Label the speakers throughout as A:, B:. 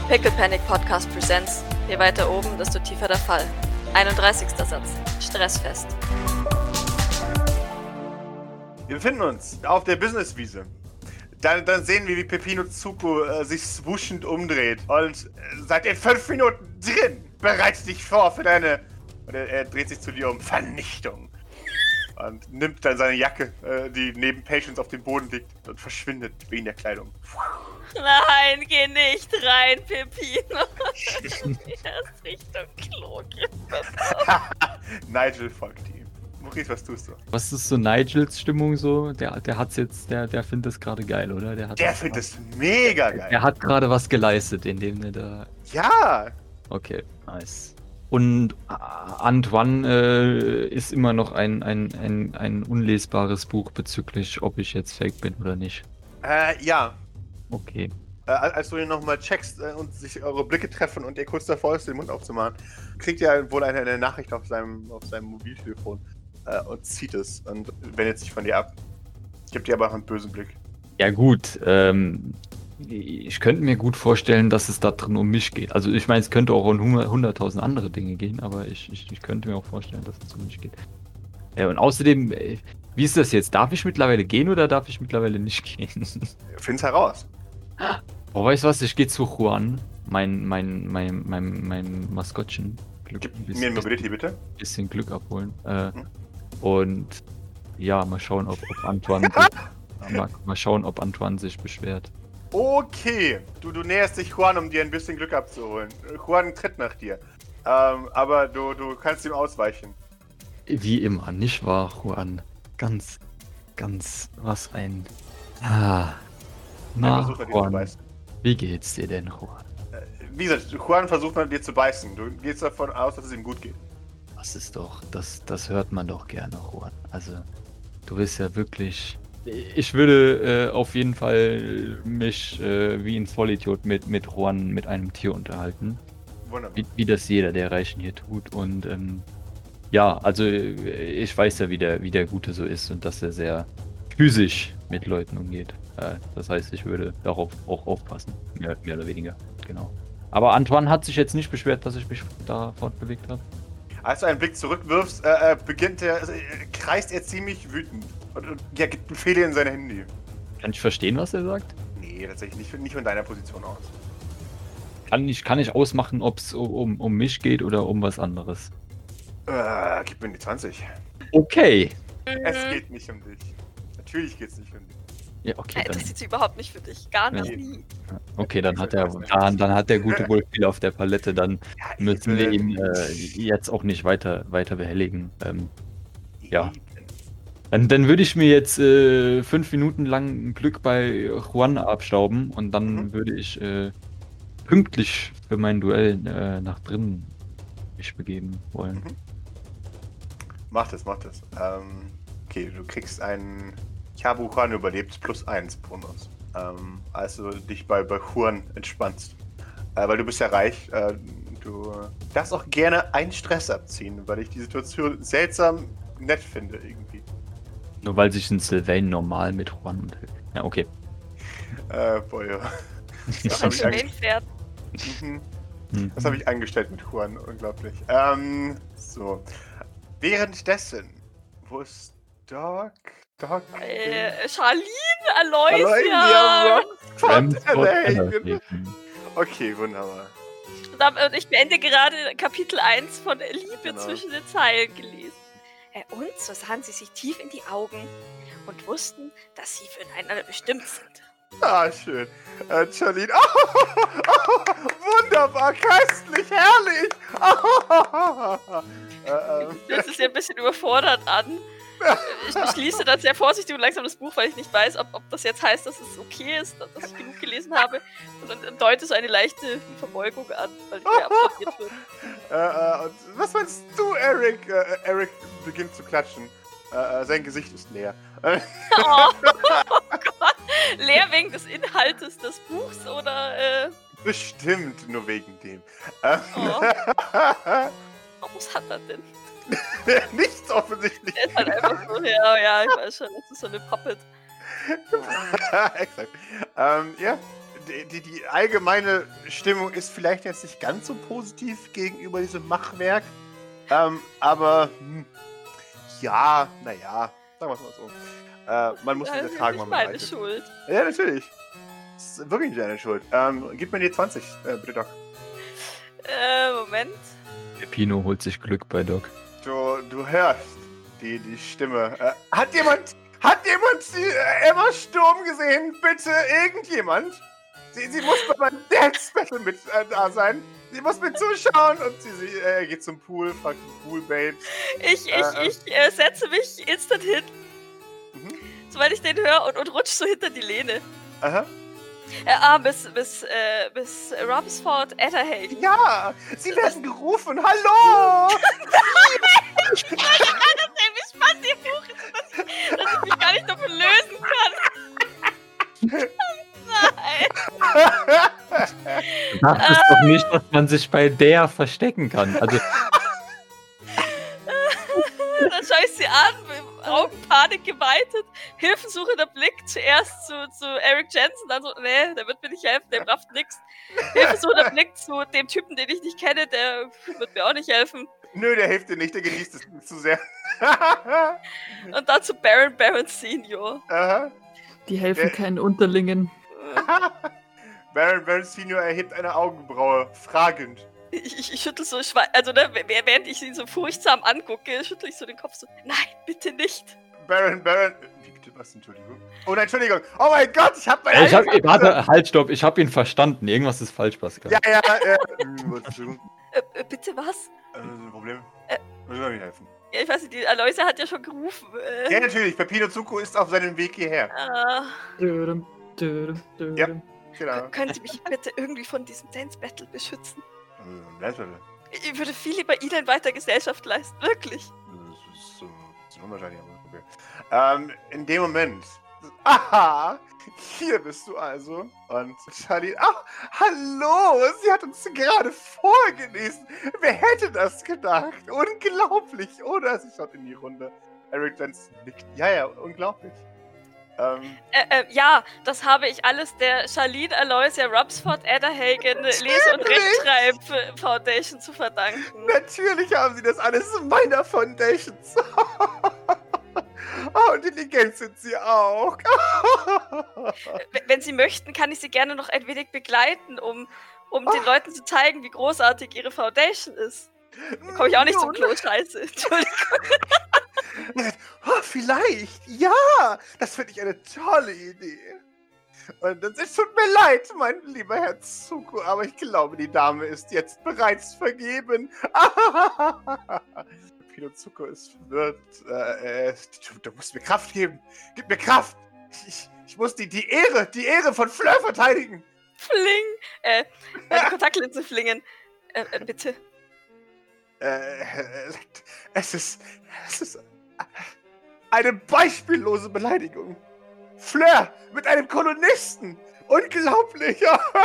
A: Pickle Panic Podcast Presents. Je weiter oben, desto tiefer der Fall. 31. Satz. Stressfest.
B: Wir befinden uns auf der Businesswiese. Dann sehen wir, wie Peppino Zuko sich swooshend umdreht. Und seid in 5 Minuten drin. Bereite dich vor für deine... Und er dreht sich zu dir um Vernichtung. Und nimmt dann seine Jacke, die neben Patience auf dem Boden liegt, und verschwindet wegen der Kleidung.
A: Nein, geh nicht rein, Peppino. Erst Richtung Klo.
B: Nigel folgt ihm. Maurice, was tust du?
C: Was ist so Nigels Stimmung so? Der hat's jetzt, der findet es gerade geil, oder?
B: Der findet es mega geil.
C: Er hat gerade was geleistet, indem er da...
B: Ja!
C: Okay, nice. Und Antoine ist immer noch ein unlesbares Buch bezüglich, ob ich jetzt fake bin oder nicht.
B: Ja.
C: Okay.
B: Als du ihn nochmal checkst und sich eure Blicke treffen und ihr kurz davor ist, den Mund aufzumachen, kriegt ihr wohl eine Nachricht auf seinem Mobiltelefon und zieht es und wendet sich von dir ab. Gibt dir aber auch einen bösen Blick.
C: Ja gut, ich könnte mir gut vorstellen, dass es da drin um mich geht. Also ich meine, es könnte auch um 100.000 andere Dinge gehen, aber ich könnte mir auch vorstellen, dass es um mich geht. Und außerdem, wie ist das jetzt? Darf ich mittlerweile gehen oder darf ich mittlerweile nicht gehen?
B: Find's heraus.
C: Oh, weißt du was? Ich gehe zu Juan, mein Maskottchen.
B: Gib mir ein Mobility, bitte.
C: Bisschen Glück abholen. Und ja, mal schauen, ob Antoine mal schauen, ob Antoine sich beschwert.
B: Okay, du näherst dich Juan, um dir ein bisschen Glück abzuholen. Juan tritt nach dir. Aber du kannst ihm ausweichen.
C: Wie immer, nicht wahr, Juan? Ganz, was ein... Na,
B: versucht, dir zu
C: Juan,
B: beißen.
C: wie geht's dir denn, Juan?
B: Wie gesagt, Juan versucht mal, dir zu beißen. Du gehst davon aus, dass es ihm gut geht.
C: Das ist doch, das hört man doch gerne, Juan. Also, du bist ja wirklich... Ich würde auf jeden Fall mich wie ein Vollidiot mit Juan, mit einem Tier unterhalten.
B: Wunderbar.
C: Wie das jeder der Reichen hier tut. Und ja, also ich weiß ja, wie der Gute so ist und dass er sehr physisch mit Leuten umgeht. Das heißt, ich würde darauf auch aufpassen. Mehr oder weniger, genau. Aber Antoine hat sich jetzt nicht beschwert, dass ich mich da fortbewegt habe.
B: Als du einen Blick zurückwirfst, kreist er ziemlich wütend. Und gibt Befehle in sein Handy.
C: Kann ich verstehen, was er sagt?
B: Nee, tatsächlich nicht von deiner Position aus.
C: Kann ich ausmachen, ob es um mich geht oder um was anderes?
B: Gib mir die 20.
C: Okay.
B: Es geht nicht um dich. Natürlich geht's nicht um dich.
C: Ja, okay.
A: Das sieht überhaupt nicht für dich. Gar nicht.
C: Ja.
A: Nie.
C: Okay, dann hat der Gute wohl viel auf der Palette. Dann müssen wir ihn jetzt auch nicht weiter behelligen. Ja. Dann würde ich mir jetzt 5 Minuten lang Glück bei Juan abstauben und dann würde ich pünktlich für mein Duell nach drinnen mich begeben wollen.
B: Mhm. Mach das. Okay, du kriegst einen... Ich habe Juan überlebt, +1 Bonus. Als du dich bei Juan entspannst. Weil du bist ja reich. Du darfst auch gerne einen Stress abziehen, weil ich die Situation seltsam nett finde irgendwie.
C: Nur weil sich ein Sylvain normal mit Juan unterhält. Ja, okay.
B: Boah, ja.
A: Das ist ein Pferd.
B: Das habe ich angestellt mit Juan, unglaublich. So. Währenddessen, wo ist Doc?
A: Charlene, Aloysia.
B: Okay, wunderbar.
A: Und ich beende gerade Kapitel 1 von Liebe zwischen den Zeilen gelesen. Und so sahen sie sich tief in die Augen und wussten, dass sie füreinander bestimmt sind.
B: Ah, schön. Charlene. Oh, wunderbar, köstlich, herrlich.
A: Das ist ja ein bisschen überfordert an. Ich lese dann sehr vorsichtig und langsam das Buch, weil ich nicht weiß, ob das jetzt heißt, dass es okay ist, dass ich genug gelesen habe. Und deute so eine leichte Verbeugung an, weil die mir absorbiert wird.
B: Und was meinst du, Eric? Eric beginnt zu klatschen. Sein Gesicht ist leer.
A: Oh Gott. Leer wegen des Inhaltes des Buchs oder?
B: Bestimmt nur wegen dem.
A: Was hat er denn?
B: Nichts offensichtlich.
A: Er ist halt einfach so, ja, ich weiß schon, das ist so eine Puppet.
B: Exakt. Ja, die allgemeine Stimmung ist vielleicht jetzt nicht ganz so positiv gegenüber diesem Machwerk. Aber, ja, naja, sagen wir es mal so. Man muss diese Tage mal
A: meine Schuld.
B: Ja, natürlich. Das ist wirklich nicht deine Schuld. Gib mir die 20, bitte, Doc.
A: Moment.
C: Peppino holt sich Glück bei Doc.
B: Du hörst die Stimme. Hat jemand die Emma Sturm gesehen? Bitte, irgendjemand? Sie muss bei meinem Dance Battle mit da sein. Sie muss mit zuschauen und sie geht zum Pool, fragt die Pool-Babes.
A: Ich setze mich instant hin, sobald ich den höre und rutsch so hinter die Lehne.
B: Aha.
A: Miss Robsford Etterhagen.
B: Ja, sie werden gerufen. Hallo!
A: Ich kann das sehen, wie spannend die hoch ist, dass ich mich gar nicht davon lösen kann. Nein.
C: Du dachtest doch nicht, dass man sich bei der verstecken kann. Also,
A: Dann schaue ich sie an, mit Augenpanik geweitet, hilfensuchender Blick zuerst zu Eric Jensen, dann so, nee, der wird mir nicht helfen, der rafft nix. Hilfensuchender Blick zu dem Typen, den ich nicht kenne, der wird mir auch nicht helfen.
B: Nö, der hilft dir nicht, der genießt es zu sehr.
A: Und dann zu Baron Senior.
B: Aha.
D: Die helfen keinen Unterlingen.
B: Baron Senior erhebt eine Augenbraue, fragend.
A: Ich schüttel so, also ne, während ich ihn so furchtsam angucke, schüttel ich so den Kopf so, nein, bitte nicht.
B: Baron, wie bitte was, Entschuldigung? Oh nein, Entschuldigung, oh mein Gott, ich hab
C: warte, halt, stopp, ich hab ihn verstanden. Irgendwas ist falsch, Pascal.
B: Ja, Entschuldigung.
A: Bitte was?
B: Ein Problem? Muss ich mir helfen?
A: Ja, ich weiß nicht, die Aloysia hat ja schon gerufen.
B: Ja, natürlich, Peppino Zuko ist auf seinem Weg hierher. Ja, genau.
A: Können Sie mich bitte irgendwie von diesem Dance Battle beschützen?
B: Dance Battle?
A: Ich würde viel lieber Ihnen weiter Gesellschaft leisten, wirklich.
B: Das ist unwahrscheinlich, aber okay. In dem Moment. Aha! Hier bist du also. Und Charlie. Ach, hallo! Sie hat uns gerade vorgelesen. Wer hätte das gedacht? Unglaublich, oder? Sie schaut in die Runde. Eric Jensen nickt. Ja, unglaublich.
A: Ja, das habe ich alles der Charlene Aloysia Robsford Etterhagen Lese- und Rechtschreib-Foundation zu verdanken.
B: Natürlich haben sie das alles in meiner Foundation. Oh, intelligent sind sie auch.
A: Wenn Sie möchten, kann ich Sie gerne noch ein wenig begleiten, um den Leuten zu zeigen, wie großartig Ihre Foundation ist. Da komme ich auch nicht zum Klo, scheiße. Entschuldigung.
B: Oh, vielleicht, ja, das finde ich eine tolle Idee. Und es tut mir leid, mein lieber Herr Zuko, aber ich glaube, die Dame ist jetzt bereits vergeben. Pino Zuko ist verwirrt. Du musst mir Kraft geben. Gib mir Kraft. Ich muss die Ehre von Fleur verteidigen.
A: Fling. Meine Kontaktlinse flingen. Bitte.
B: Es ist eine beispiellose Beleidigung. Fleur mit einem Kolonisten. Unglaublich.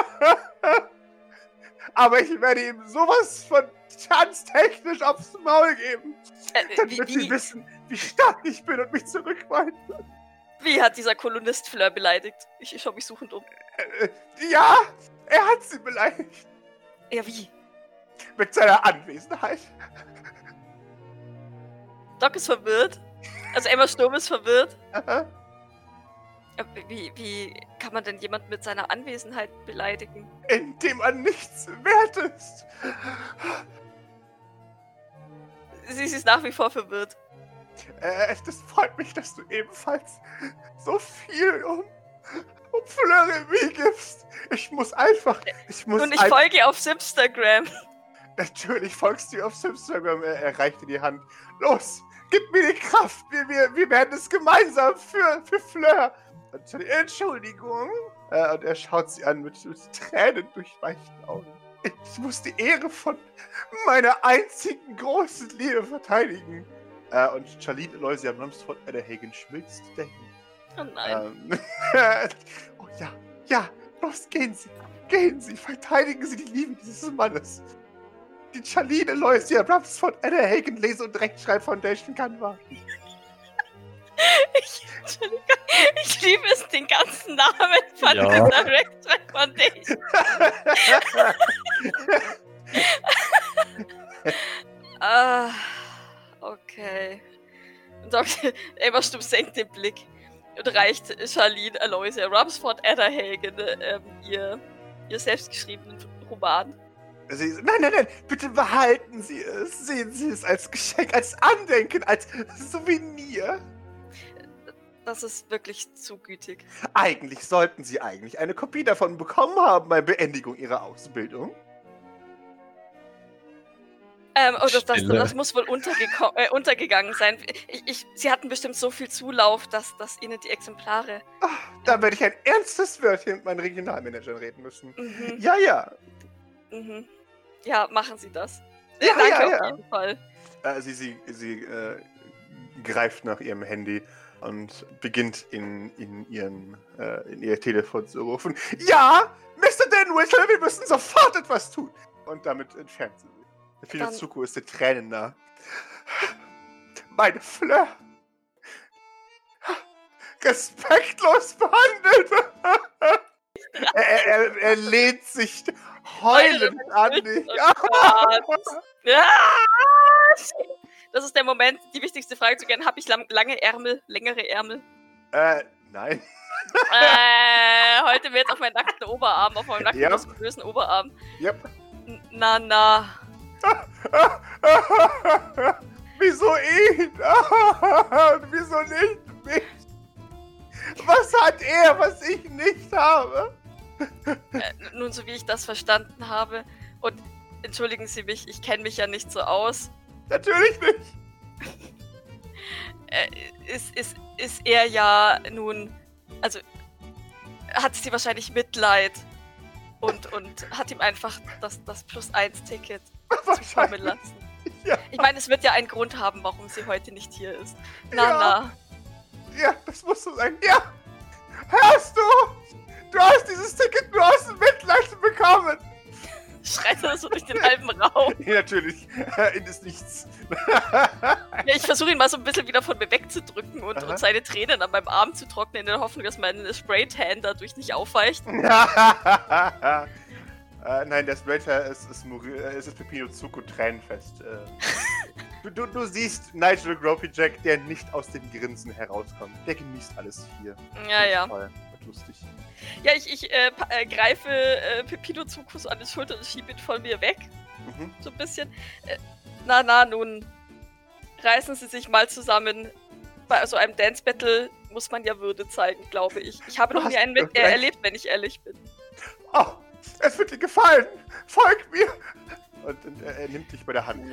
B: Aber ich werde ihm sowas von tanztechnisch aufs Maul geben. Damit sie wissen, wie stark ich bin und mich zurückweisen.
A: Wie hat dieser Kolonist Fleur beleidigt? Ich schaue mich suchend um.
B: Ja, er hat sie beleidigt.
A: Ja, wie?
B: Mit seiner Anwesenheit.
A: Doc ist verwirrt. Also Emma Sturm ist verwirrt.
B: Aha.
A: Wie kann man denn jemanden mit seiner Anwesenheit beleidigen?
B: Indem man nichts wert ist.
A: Sie ist nach wie vor verwirrt.
B: Das freut mich, dass du ebenfalls so viel um Fleury gibst. Ich
A: folge auf Simstagram.
B: Natürlich folgst du auf Simstagram. Er reichte die Hand. Los, gib mir die Kraft. Wir werden es gemeinsam für Fleur. Entschuldigung. Und er schaut sie an mit Tränen durchweichten Augen. Ich muss die Ehre von meiner einzigen großen Liebe verteidigen. Und Charlene Aloysia Rumsford Etterhagen schmilzt dahin.
A: Oh nein.
B: Oh ja, los, gehen Sie, verteidigen Sie die Liebe dieses Mannes. Die Charlene Aloysia Rumsford Etterhagen Lese- und Rechtschreib Foundation kann warten.
A: Entschuldigung, ich liebe es, den ganzen Namen von
C: Ja.
A: dieser Racetrack Foundation. Okay. Dr. Eberstumm senkt den Blick und reicht Charlene Aloysia Rumsford Adderhagen ihr selbstgeschriebenen Roman.
B: Nein, bitte behalten Sie es. Sehen Sie es als Geschenk, als Andenken, als Souvenir.
A: Das ist wirklich zu gütig.
B: Eigentlich sollten Sie eine Kopie davon bekommen haben bei Beendigung Ihrer Ausbildung.
A: Das muss wohl untergegangen sein. Sie hatten bestimmt so viel Zulauf, dass Ihnen die Exemplare...
B: Da werde ich ein ernstes Wörtchen mit meinen Regionalmanagern reden müssen.
A: Mhm.
B: Ja.
A: Mhm. Ja, machen Sie das.
B: Ja,
A: Danke auf jeden Fall.
B: Sie greift nach ihrem Handy und beginnt in ihr Telefon zu rufen. Ja, Mr. Denwittle, wir müssen sofort etwas tun. Und damit entfernt sie sich. Finuzuku ist den Tränen nah. Meine Fleur. Respektlos behandelt. er lehnt sich heulend an dich.
A: Das ist der Moment, die wichtigste Frage zu klären. Habe ich lange Ärmel, längere Ärmel?
B: Nein.
A: Heute wird auf meinen nackten Oberarm, auf meinem nackten, muskulösen Oberarm.
B: Yep.
A: Na.
B: Wieso ihn? Wieso nicht mich? Was hat er, was ich nicht habe?
A: Nun, so wie ich das verstanden habe. Und entschuldigen Sie mich, ich kenne mich ja nicht so aus.
B: Natürlich nicht.
A: Ist er ja nun... Also, hat sie wahrscheinlich Mitleid und hat ihm einfach das Plus-1-Ticket zukommen lassen.
B: Ja.
A: Ich meine, es wird ja einen Grund haben, warum sie heute nicht hier ist. Na.
B: Ja, das muss so sein. Ja! Hörst du? Du hast dieses Ticket nur aus dem Mitleid bekommen.
A: Schreit er so durch den halben Raum.
B: Ja, natürlich. In des Nichts.
A: Ja, ich versuche ihn mal so ein bisschen wieder von mir wegzudrücken und seine Tränen an meinem Arm zu trocknen, in der Hoffnung, dass mein Spraytan dadurch nicht aufweicht.
B: Nein, der Spraytan ist Pepino Zuko tränenfest. Du siehst Nigel Gropey Jack, der nicht aus dem Grinsen herauskommt. Der genießt alles hier.
A: Ja.
B: Toll. Lustig.
A: Ja, ich greife Pepino Zuko so an die Schulter und schiebe ihn von mir weg.
B: Mhm.
A: So ein bisschen. Nun. Reißen Sie sich mal zusammen. Bei so einem Dance-Battle muss man ja Würde zeigen, glaube ich. Ich habe noch nie einen erlebt, wenn ich ehrlich bin.
B: Oh, es wird dir gefallen. Folg mir. Und er nimmt dich bei der Hand.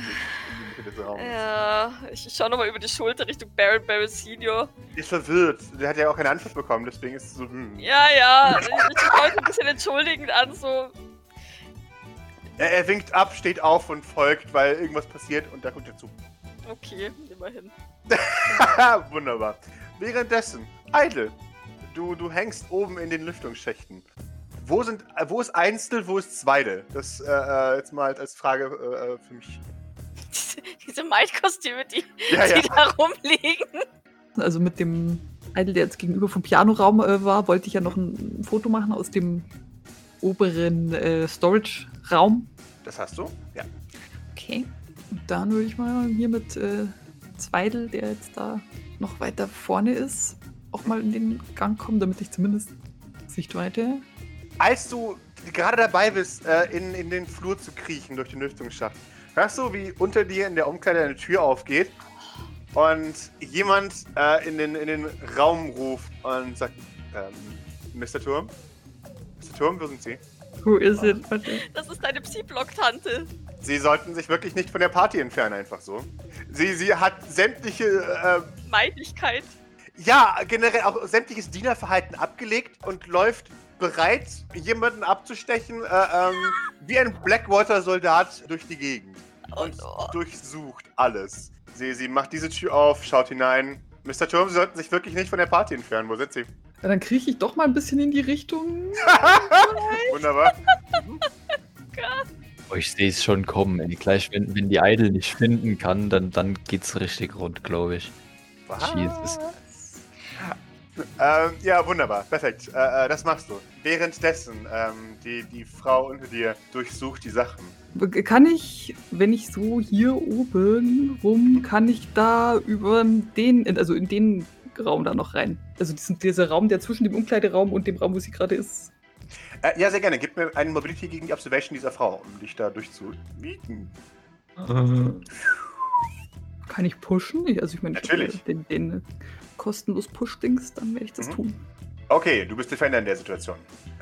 A: Ja, ich schaue nochmal über die Schulter Richtung Baron Senior.
B: Ist verwirrt. Der hat ja auch keine Antwort bekommen, deswegen ist es so,
A: Ja, ich schaue ein bisschen entschuldigend an, so.
B: Er winkt ab, steht auf und folgt, weil irgendwas passiert und da kommt er zu.
A: Okay, immerhin.
B: Wunderbar. Währenddessen, Idle, du hängst oben in den Lüftungsschächten. Wo ist Einzel, wo ist Zweidel? Das jetzt mal als Frage für mich.
A: Diese Maid-Kostüme, die da rumliegen.
D: Also mit dem Idle, der jetzt gegenüber vom Pianoraum war, wollte ich ja noch ein Foto machen aus dem oberen Storage-Raum.
B: Das hast du? Ja.
D: Okay. Und dann würde ich mal hier mit Zweidel, der jetzt da noch weiter vorne ist, auch mal in den Gang kommen, damit ich zumindest Sichtweite.
B: Als du gerade dabei bist, in den Flur zu kriechen durch den Lüftungsschacht, hörst du, wie unter dir in der Umkleide eine Tür aufgeht und jemand in den Raum ruft und sagt, Mr. Turm? Mr. Turm, wo sind Sie?
D: Who is it?
A: Das ist deine Psy-Block-Tante.
B: Sie sollten sich wirklich nicht von der Party entfernen, einfach so. Sie hat sämtliche...
A: Meidigkeit.
B: Ja, generell auch sämtliches Dienerverhalten abgelegt und läuft bereit, jemanden abzustechen, wie ein Blackwater-Soldat durch die Gegend. Und durchsucht alles. Sie macht diese Tür auf, schaut hinein. Mr. Turm, Sie sollten sich wirklich nicht von der Party entfernen. Wo sind Sie?
D: Ja, dann krieche ich doch mal ein bisschen in die Richtung.
B: Wunderbar.
C: Oh, ich sehe es schon kommen. Gleich, wenn die Idle nicht finden kann, dann geht's richtig rund, glaube ich. Jesus.
B: Ja, wunderbar. Perfekt. Das machst du. Währenddessen, die Frau unter dir durchsucht die Sachen.
D: Kann ich, wenn ich so hier oben rum, kann ich da über in den Raum da noch rein? Also dieser Raum, der zwischen dem Umkleideraum und dem Raum, wo sie gerade ist.
B: Ja, sehr gerne. Gib mir einen Mobility gegen die Observation dieser Frau, um dich da durchzumieten.
D: Kann ich pushen? Ich meine,
B: Natürlich.
D: Den kostenlos Push-Dings, dann werde ich das tun.
B: Okay, du bist Defender in der Situation.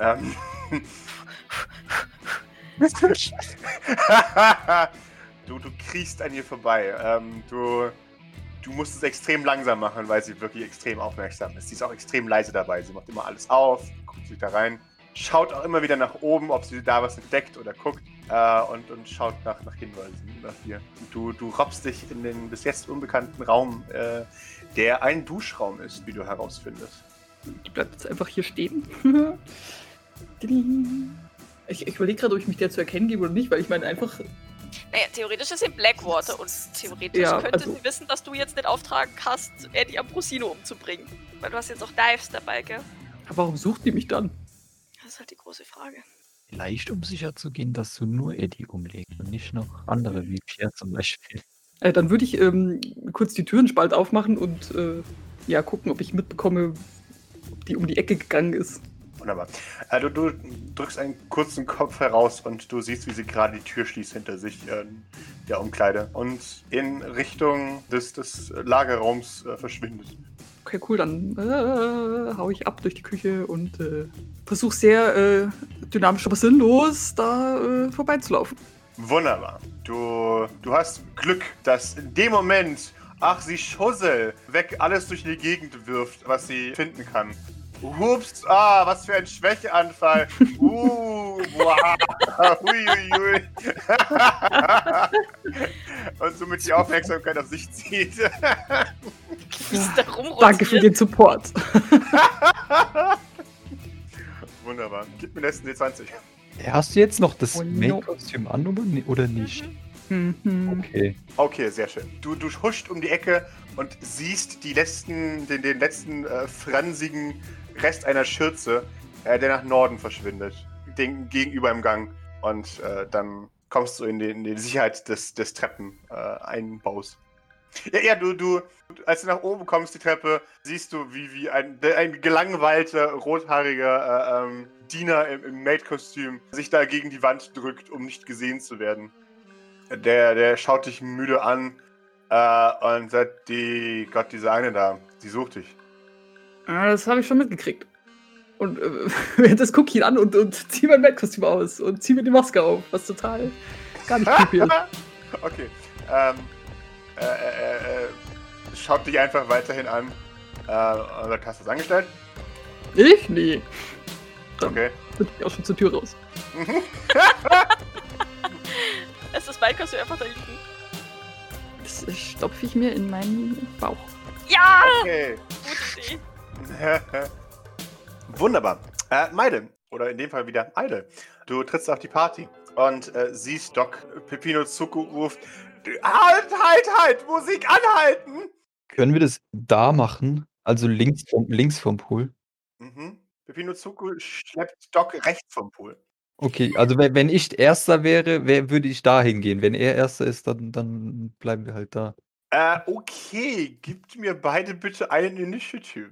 B: Du kriechst an ihr vorbei. Du musst es extrem langsam machen, weil sie wirklich extrem aufmerksam ist. Sie ist auch extrem leise dabei. Sie macht immer alles auf, guckt sich da rein, schaut auch immer wieder nach oben, ob sie da was entdeckt oder guckt und schaut nach Hinweisen nach dir. Du robbst dich in den bis jetzt unbekannten Raum, der ein Duschraum ist, wie du herausfindest.
D: Die bleibt jetzt einfach hier stehen. Ich überlege gerade, ob ich mich der zu erkennen gebe oder nicht, weil ich meine einfach...
A: Naja, theoretisch ist sie in Blackwater und theoretisch könnte sie wissen, dass du jetzt den Auftrag hast, Eddie Ambrosino umzubringen. Weil du hast jetzt auch Dives dabei, gell?
D: Aber warum sucht die mich dann?
A: Das ist halt die große Frage.
C: Vielleicht um sicher zu gehen, dass du nur Eddie umlegst und nicht noch andere wie Pierre zum Beispiel.
D: Dann würde ich kurz die Türenspalt aufmachen und gucken, ob ich mitbekomme, ob die um die Ecke gegangen ist.
B: Wunderbar. Du drückst einen kurzen Kopf heraus und du siehst, wie sie gerade die Tür schließt hinter sich, der Umkleide, und in Richtung des Lagerraums verschwindet.
D: Okay, cool, dann hau ich ab durch die Küche und versuche sehr dynamisch, aber sinnlos da vorbeizulaufen.
B: Wunderbar. Du hast Glück, dass in dem Moment, sie Schussel, weg alles durch die Gegend wirft, was sie finden kann. Ups, was für ein Schwächeanfall. Wow. Huiuiui. Und somit die Aufmerksamkeit auf sich zieht.
D: Danke für den Support.
B: Wunderbar. Gib mir letzten D20.
C: Hast du jetzt noch das
D: Oh, no.
C: Make-Kostüm an oder nicht? Okay.
B: Okay, sehr schön. Du huscht um die Ecke und siehst den letzten fransigen Rest einer Schürze, der nach Norden verschwindet, gegenüber im Gang. Und dann kommst du in die Sicherheit des Treppeneinbaus. Du, als du nach oben kommst, die Treppe, siehst du, wie ein gelangweilter, rothaariger Diener im Maid-Kostüm sich da gegen die Wand drückt, um nicht gesehen zu werden. Der schaut dich müde an und sagt, diese eine da, die sucht dich.
D: Das habe ich schon mitgekriegt. Und das gucke ich ihn an und ziehe mein Maid-Kostüm aus und ziehe mir die Maske auf, was total gar nicht creepy ist.
B: Okay. Schaut dich einfach weiterhin an und sagt, hast du das angestellt?
D: Ich? Nee. Dann
B: Okay.
D: bin ich auch schon zur Tür raus.
A: Lässt das Bike-Kostüm einfach da liegen.
D: Das stopfe ich mir in meinen Bauch.
A: Ja!
B: Okay.
A: Gute Idee.
B: Wunderbar. Meide, oder in dem Fall wieder Eide, du trittst auf die Party und siehst Doc Peppino Zucco ruft, halt, Musik anhalten!
C: Können wir das da machen? Also links vom Pool?
B: Mhm. Peppino Zucco schleppt Doc rechts vom Pool.
C: Okay, also wenn ich Erster wäre, würde ich da hingehen. Wenn er Erster ist, dann bleiben wir halt da.
B: Okay, gebt mir beide bitte einen Initiative.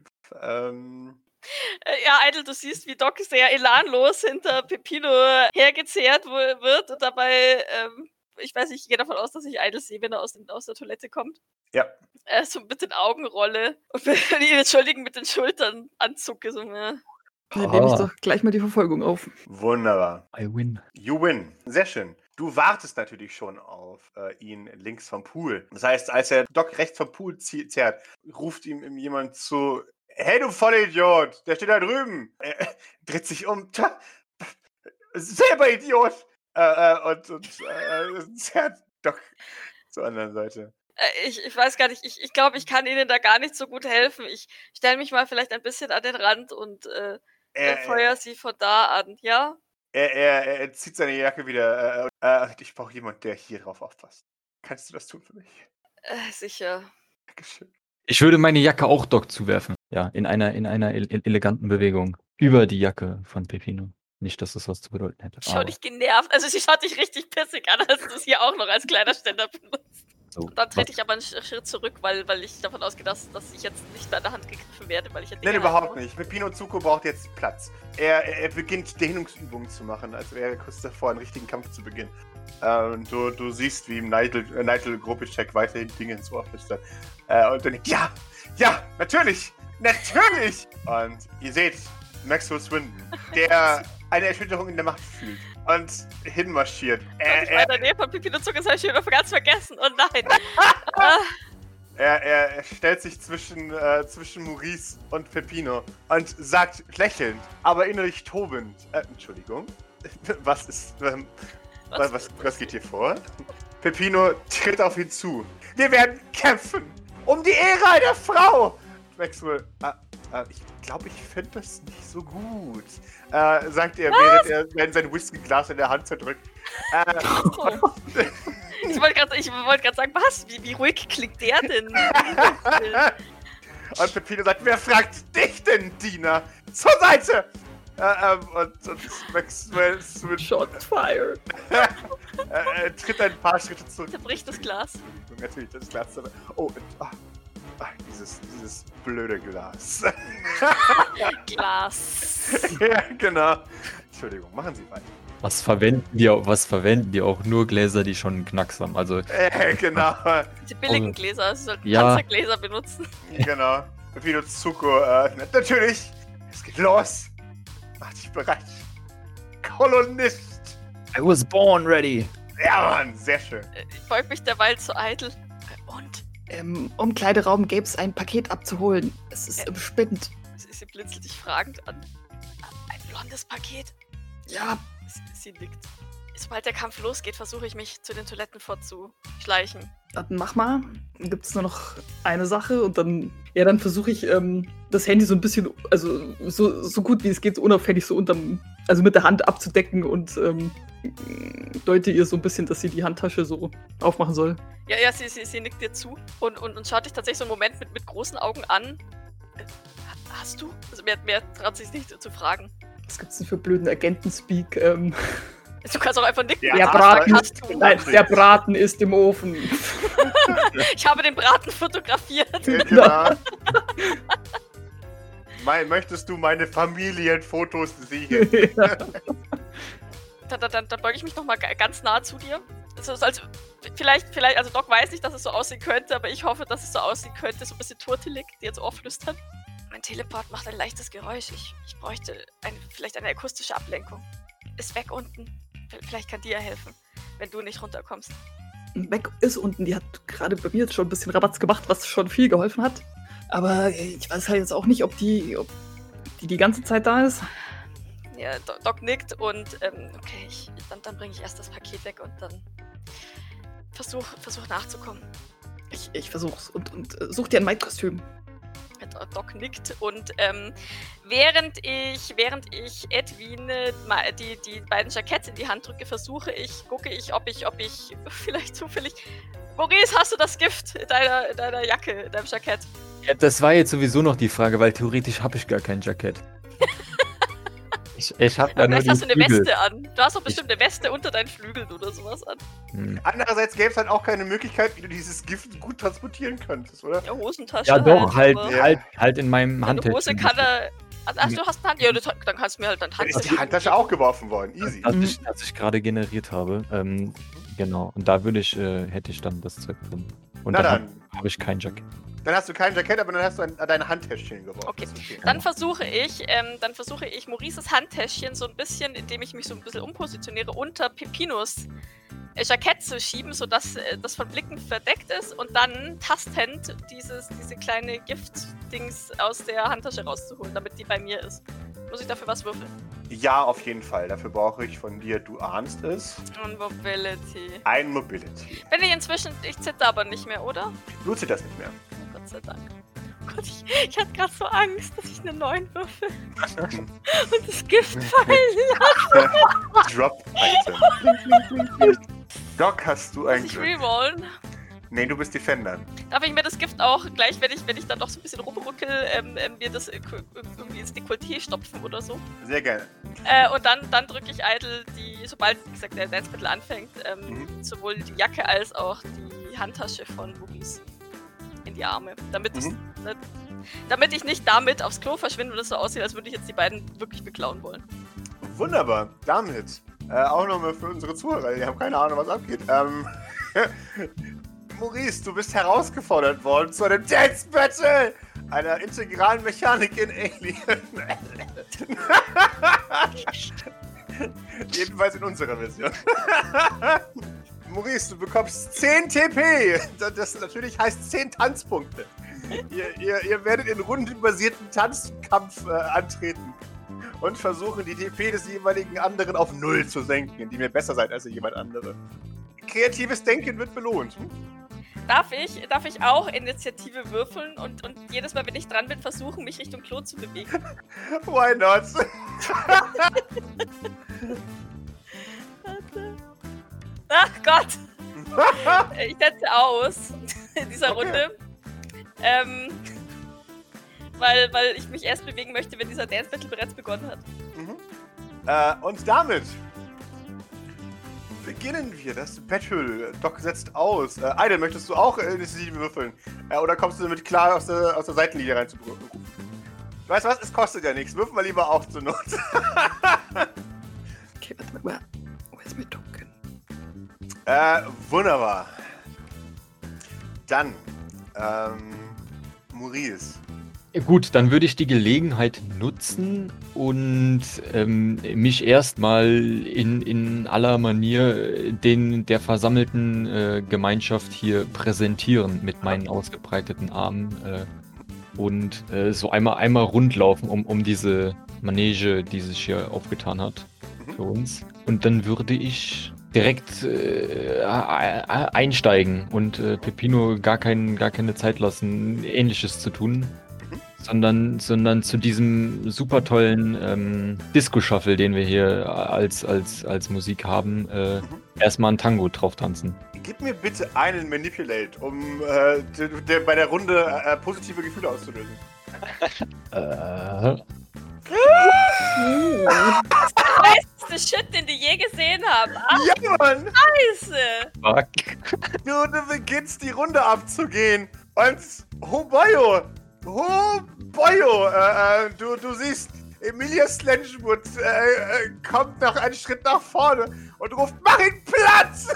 A: Ja, Idle, du siehst, wie Doc sehr elanlos hinter Peppino hergezehrt wird und dabei, ich weiß nicht, ich gehe davon aus, dass ich Idle sehe, wenn er aus der Toilette kommt.
B: Ja.
A: So mit den Augen rolle und wenn ihn entschuldigen mit den Schultern anzucke. So, ja.
D: Dann nehme ich doch gleich mal die Verfolgung auf.
B: Wunderbar.
C: I win.
B: You win. Sehr schön. Du wartest natürlich schon auf ihn links vom Pool. Das heißt, als er Doc rechts vom Pool zerrt, ruft ihm jemand zu: Hey, du Vollidiot! Der steht da drüben! Er dreht sich um. Selber Idiot! Und zerrt Doc zur anderen Seite.
A: Ich weiß gar nicht, ich glaube, ich kann Ihnen da gar nicht so gut helfen. Ich stelle mich mal vielleicht ein bisschen an den Rand und feuer Sie von da an, ja?
B: Er zieht seine Jacke wieder. Ich brauche jemanden, der hier drauf aufpasst. Kannst du das tun für mich?
A: Sicher.
B: Dankeschön.
C: Ich würde meine Jacke auch Doc zuwerfen. Ja, in einer eleganten Bewegung. Über die Jacke von Peppino. Nicht, dass das was zu bedeuten hätte.
A: Schau dich genervt. Also sie schaut dich richtig pissig an, als du es hier auch noch als Kleiderständer benutzt.
C: So,
A: Dann trete ich aber einen Schritt zurück, weil ich davon ausgehe, dass ich jetzt nicht bei der Hand gegriffen werde, weil ich ja
B: Nein, überhaupt nicht. Peppino Zuko braucht jetzt Platz. Er beginnt Dehnungsübungen zu machen, als wäre er kurz davor, einen richtigen Kampf zu beginnen. Du siehst, wie Nigel Gropicek weiterhin Dinge ins Ohr flüstert. Und dann ja, natürlich! Und ihr seht Maxwell Swindon, der eine Erschütterung in der Macht fühlt und hinmarschiert.
A: Ich war in der Nähe von Peppino Zuko, das habe ich schon ganz vergessen. Oh nein!
B: Er stellt sich zwischen Maurice und Peppino und sagt lächelnd, aber innerlich tobend. Entschuldigung. Was geht hier vor? Peppino tritt auf ihn zu. Wir werden kämpfen! Um die Ehre einer Frau! Maxwell, ich glaube, ich finde das nicht so gut. Sagt er, während er sein Whiskyglas in der Hand zerdrückt.
A: Ich wollte gerade sagen, was? Wie ruhig klingt der denn?
B: Und Peppino sagt, wer fragt dich denn, Diener? Zur Seite! Und Maxwell
D: Shots fired.
B: tritt ein paar Schritte zurück.
A: Zerbricht das Glas.
B: Natürlich, das Glas. Oh, dieses blöde Glas.
A: Glas.
B: Ja, genau. Entschuldigung, machen Sie weiter.
C: Was verwenden die auch nur Gläser, die schon einen Knacks haben? Also,
B: Genau.
A: Die billigen Gläser, sie sollten
C: Ja.
A: Panzergläser benutzen.
B: Genau. Peppino Zuko, natürlich. Es geht los. Mach dich bereit. Kolonist.
C: I was born ready.
B: Ja, Mann, sehr schön.
A: Ich beug mich derweil zu eitel. Und?
D: Im Umkleideraum gäbe es ein Paket abzuholen. Es ist im Spind.
A: Sie blinzelt dich fragend an. Ein blondes Paket?
D: Ja,
A: Sie nickt. Sobald der Kampf losgeht, versuche ich mich zu den Toiletten fortzuschleichen.
D: dann mach mal. Dann gibt es nur noch eine Sache und dann versuche ich das Handy so ein bisschen, also so gut wie es geht, so unauffällig so also mit der Hand abzudecken und deute ihr so ein bisschen, dass sie die Handtasche so aufmachen soll.
A: Ja, sie nickt dir zu und schaut dich tatsächlich so einen Moment mit großen Augen an. Hast du? Also mehr traut sich nicht zu fragen.
D: Was gibt's denn für blöden Agenten-Speak?
A: Du kannst auch einfach nicken.
B: Ja,
D: Der Braten ist im Ofen.
A: Ich habe den Braten fotografiert.
B: Ja, genau. Möchtest du meine Familienfotos sehen?
D: Ja.
A: Dann beuge ich mich nochmal ganz nah zu dir. Also vielleicht, also Doc weiß nicht, dass es so aussehen könnte, aber ich hoffe, dass es so aussehen könnte, so ein bisschen turtelig, die jetzt aufflüstern. Mein Teleport macht ein leichtes Geräusch. Ich bräuchte vielleicht eine akustische Ablenkung. Ist weg unten. Vielleicht kann die ja helfen, wenn du nicht runterkommst.
D: Weg ist unten. Die hat gerade bei mir jetzt schon ein bisschen Rabatz gemacht, was schon viel geholfen hat. Aber ich weiß halt jetzt auch nicht, ob die ganze Zeit da ist.
A: Ja, Doc nickt und okay, dann bringe ich erst das Paket weg und dann versuch nachzukommen.
D: Ich versuch's und such dir ein Maid-Kostüm.
A: Doc nickt und während ich Edwin die beiden Jacketts in die Hand drücke, gucke ich, ob ich vielleicht zufällig... Maurice, hast du das Gift in deiner Jacke, in deinem Jackett?
C: Ja, das war jetzt sowieso noch die Frage, weil theoretisch habe ich gar kein Jackett. Ich habe ja nur
A: vielleicht hast du eine
C: Flügel.
A: Weste an. Du hast doch bestimmt eine Weste unter deinen Flügeln oder sowas an.
B: Andererseits gäbe es halt auch keine Möglichkeit, wie du dieses Gift gut transportieren könntest, oder?
A: Ja, Hosentasche.
C: Ja doch,
A: aber
C: halt in meinem
A: Deine
C: Handtäschchen.
A: Hose kann er... Ach, du hast eine Hand? Ja, dann kannst du mir halt dein
B: Dann ist
A: Handtasche...
B: die Handtasche auch geworfen worden. Easy.
C: Das ich gerade generiert habe. Genau. Und da hätte ich dann das Zeug drin. Und
B: Na
C: dann habe ich kein Jackett.
B: Dann hast du kein Jackett, aber dann hast du deine Handtäschchen geworfen.
A: Okay.
B: Das ist
A: Dann versuche ich Maurices Handtäschchen so ein bisschen, indem ich mich so ein bisschen umpositioniere, unter Peppinos Jackett zu schieben, sodass das von Blicken verdeckt ist und dann tastend diese kleine Gift-Dings aus der Handtasche rauszuholen, damit die bei mir ist. Muss ich dafür was würfeln?
B: Ja, auf jeden Fall. Dafür brauche ich von dir, du ahnst es,
A: Und Mobility.
B: ein Mobility.
A: Wenn ich zitter aber nicht mehr, oder?
B: Du zitterst nicht mehr.
A: Oh Gott sei Dank. Oh Gott, ich hatte gerade so Angst, dass ich eine 9 würfel und das Gift fallen
B: Drop Item. Doc, hast du ein
A: lasse. Ich
B: Glück.
A: rerollen.
B: Nee, du bist Defender.
A: Darf ich mir das Gift auch gleich, wenn ich dann doch so ein bisschen rumruckel, mir das irgendwie ins Dekolleté stopfen oder so?
B: Sehr gerne.
A: Und dann drücke ich Eitel, sobald, wie gesagt, der Dance-Battle anfängt, sowohl die Jacke als auch die Handtasche von Maurice in die Arme. Damit ich nicht damit aufs Klo verschwinde und es so aussieht, als würde ich jetzt die beiden wirklich beklauen wollen.
B: Wunderbar. Damit. Auch nochmal für unsere Zuhörer, die haben keine Ahnung, was abgeht. Maurice, du bist herausgefordert worden zu einem Dance Battle! Einer integralen Mechanik in Alien. Jedenfalls in unserer Version. Maurice, du bekommst 10 TP. Das natürlich heißt 10 Tanzpunkte. Ihr werdet in rundenbasierten Tanzkampf antreten und versuchen, die TP des jeweiligen anderen auf 0 zu senken, indem ihr besser seid als jemand andere. Kreatives Denken wird belohnt.
A: Darf ich auch Initiative würfeln und jedes Mal, wenn ich dran bin, versuchen, mich Richtung Klo zu bewegen?
B: Why not?
A: Ach Gott! Ich setze aus in dieser Runde. Weil ich mich erst bewegen möchte, wenn dieser Dance Battle bereits begonnen hat.
B: Und damit beginnen wir das Battle. Doc setzt aus. Aiden, möchtest du auch Initiative würfeln? Oder kommst du damit klar, aus der Seitenlinie reinzurufen? Weißt du was? Es kostet ja nichts. Würfen wir lieber auch zur Not.
D: Okay, warte mal. Wo ist mein Token?
B: Wunderbar. Dann, Maurice.
C: Gut, dann würde ich die Gelegenheit nutzen und mich erstmal in aller Manier der versammelten Gemeinschaft hier präsentieren mit meinen ausgebreiteten Armen und so einmal rundlaufen um diese Manege, die sich hier aufgetan hat für uns. Und dann würde ich direkt einsteigen und Peppino gar keine Zeit lassen, Ähnliches zu tun. Sondern zu diesem super tollen Disco-Shuffle, den wir hier als Musik haben, erstmal ein Tango drauf tanzen.
B: Gib mir bitte einen Manipulate, um bei der Runde positive Gefühle auszulösen.
A: Das ist der Shit, den die je gesehen haben. Ach,
B: Ja, Mann!
A: Scheiße!
C: Fuck.
B: Du beginnst die Runde abzugehen und du siehst, Emilia Slengewood kommt noch einen Schritt nach vorne und ruft, mach ihn Platz!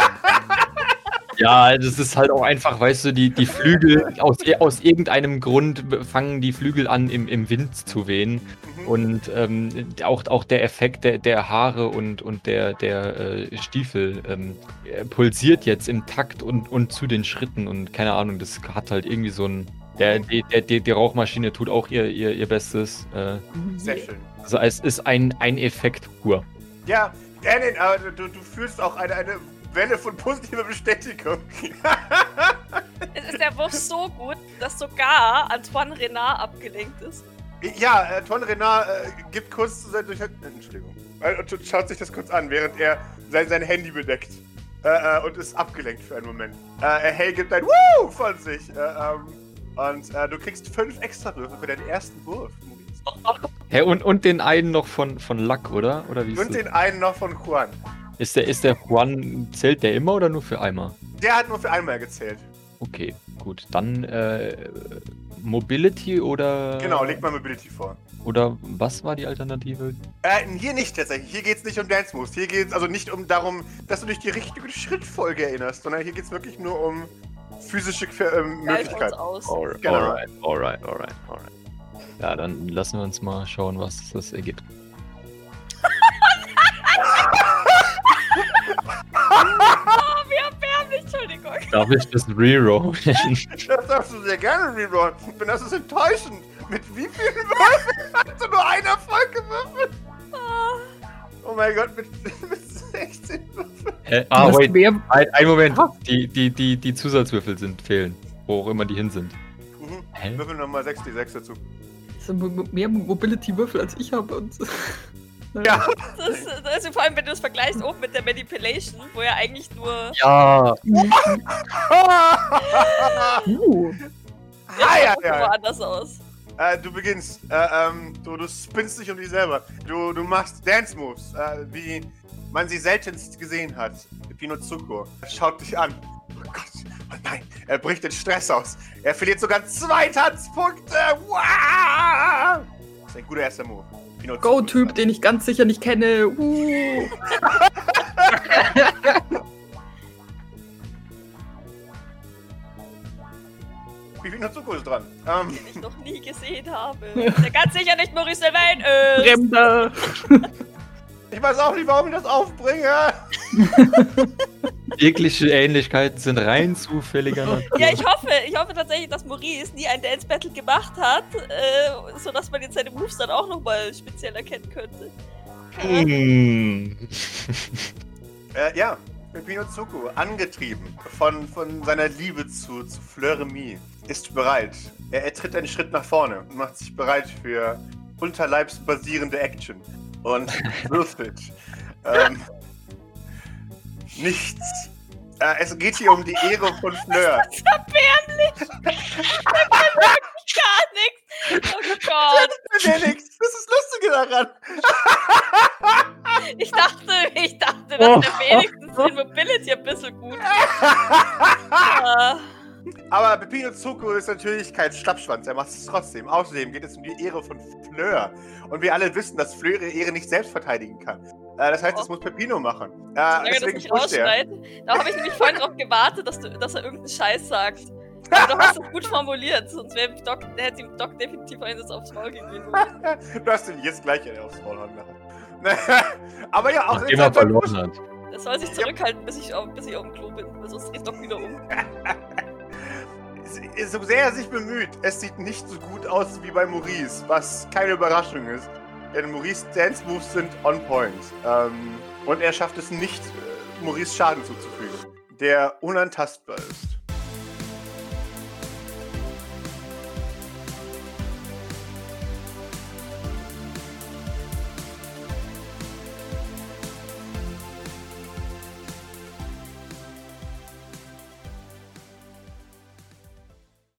C: Ja, das ist halt auch einfach, weißt du, die Flügel, aus irgendeinem Grund fangen die Flügel an im Wind zu wehen. Und auch der Effekt der Haare und der Stiefel pulsiert jetzt im Takt und zu den Schritten und keine Ahnung, das hat halt irgendwie so ein... Die Rauchmaschine tut auch ihr Bestes.
B: Sehr schön.
C: Also es ist ein Effekt pur.
B: Ja, Danin, aber du fühlst auch eine Welle von positiver Bestätigung.
A: Es ist der Wurf so gut, dass sogar Antoine Renard abgelenkt ist.
B: Ja, Antoine Renard gibt kurz zu seinem Entschuldigung. Und schaut sich das kurz an, während er sein Handy bedeckt. Und ist abgelenkt für einen Moment. Hey gibt ein Woo von sich. Und du kriegst 5 extra Würfel für deinen ersten Wurf.
C: Hä, und den einen noch von Luck, oder? Oder wie ist
B: Und
C: das?
B: den einen noch von Juan.
C: Ist der Juan, zählt der immer oder nur für einmal?
B: Der hat nur für einmal gezählt.
C: Okay, gut. Dann Mobility oder...
B: Genau, leg mal Mobility vor.
C: Oder was war die Alternative?
B: Hier nicht tatsächlich. Hier geht's nicht um Dance Moves. Hier geht's also nicht darum, dass du dich die richtige Schrittfolge erinnerst, sondern hier geht's wirklich nur um physische Möglichkeiten.
C: Alright. Ja, dann lassen wir uns mal schauen, was das ergibt.
A: Oh, wie erbärmlich, Entschuldigung.
C: Darf ich das rerollen?
B: Das darfst du sehr gerne rerollen. Denn das ist enttäuschend. Mit wie vielen Würfeln hast du nur einen Erfolg gewürfelt? Oh mein Gott, mit 16 Würfeln.
C: Wait. Ein Moment. Die Zusatzwürfel fehlen. Wo auch immer die hin sind.
B: Würfel nochmal 6d6 dazu.
D: Das sind mehr Mobility-Würfel als ich habe. Und
B: Ja.
A: Also vor allem, wenn du das vergleichst oben mit der Manipulation, wo ja eigentlich nur...
C: Ja,
B: Ja.
A: woanders aus.
B: Du beginnst. Du spinnst dich um dich selber. Du machst Dance-Moves, wie man sie seltenst gesehen hat. Pinotsuko schaut dich an. Oh Gott, oh nein, er bricht den Stress aus. Er verliert sogar 2 Tanzpunkte. Wow! Das ist ein guter erster Move.
D: Go-Typ, den ich ganz sicher nicht kenne.
B: Pinotsuko ist dran.
A: Den ich noch nie gesehen habe. Der ganz sicher nicht Maurice Sylvain ist.
D: Fremder.
B: Ich weiß auch nicht, warum ich das aufbringe.
C: jegliche Ähnlichkeiten sind rein zufälliger Natur.
A: Ja, ich hoffe tatsächlich, dass Maurice nie ein Dance Battle gemacht hat, sodass man jetzt seine Moves dann auch nochmal speziell erkennen könnte.
B: Ja, Pinotsuko, angetrieben von seiner Liebe zu Fleur-Remy, ist bereit. Er tritt einen Schritt nach vorne und macht sich bereit für unterleibsbasierende Action. Und würfelt. Nichts. Es geht hier um die Ehre von Fleur.
A: Das ist erbärmlich! Das ist wirklich gar nichts! Oh Gott!
B: Das ist nichts. Das ist das Lustige daran.
A: Ich dachte, dass der wenigstens in Mobility ein bisschen gut ist.
B: Aber Pinotsuko ist natürlich kein Schlappschwanz, er macht es trotzdem. Außerdem geht es um die Ehre von Fleur. Und wir alle wissen, dass Fleur ihre Ehre nicht selbst verteidigen kann. Das heißt, das muss Pepino machen. Deswegen pusht er.
A: Da habe ich nämlich vorhin drauf gewartet, dass er irgendeinen Scheiß sagt. Aber du hast es gut formuliert, sonst hätte ihm Doc definitiv eines aufs Maul gegeben.
B: Du hast ihn jetzt gleich aufs Maul hauen lassen. Aber ja, auch
C: immer verloren hat.
A: Er soll sich zurückhalten, bis ich auf dem Klo bin, weil sonst dreht Doc wieder um.
B: So sehr er sich bemüht, es sieht nicht so gut aus wie bei Maurice, was keine Überraschung ist. Denn Maurice Dance Moves sind on point. Und er schafft es nicht, Maurice Schaden zuzufügen, der unantastbar ist.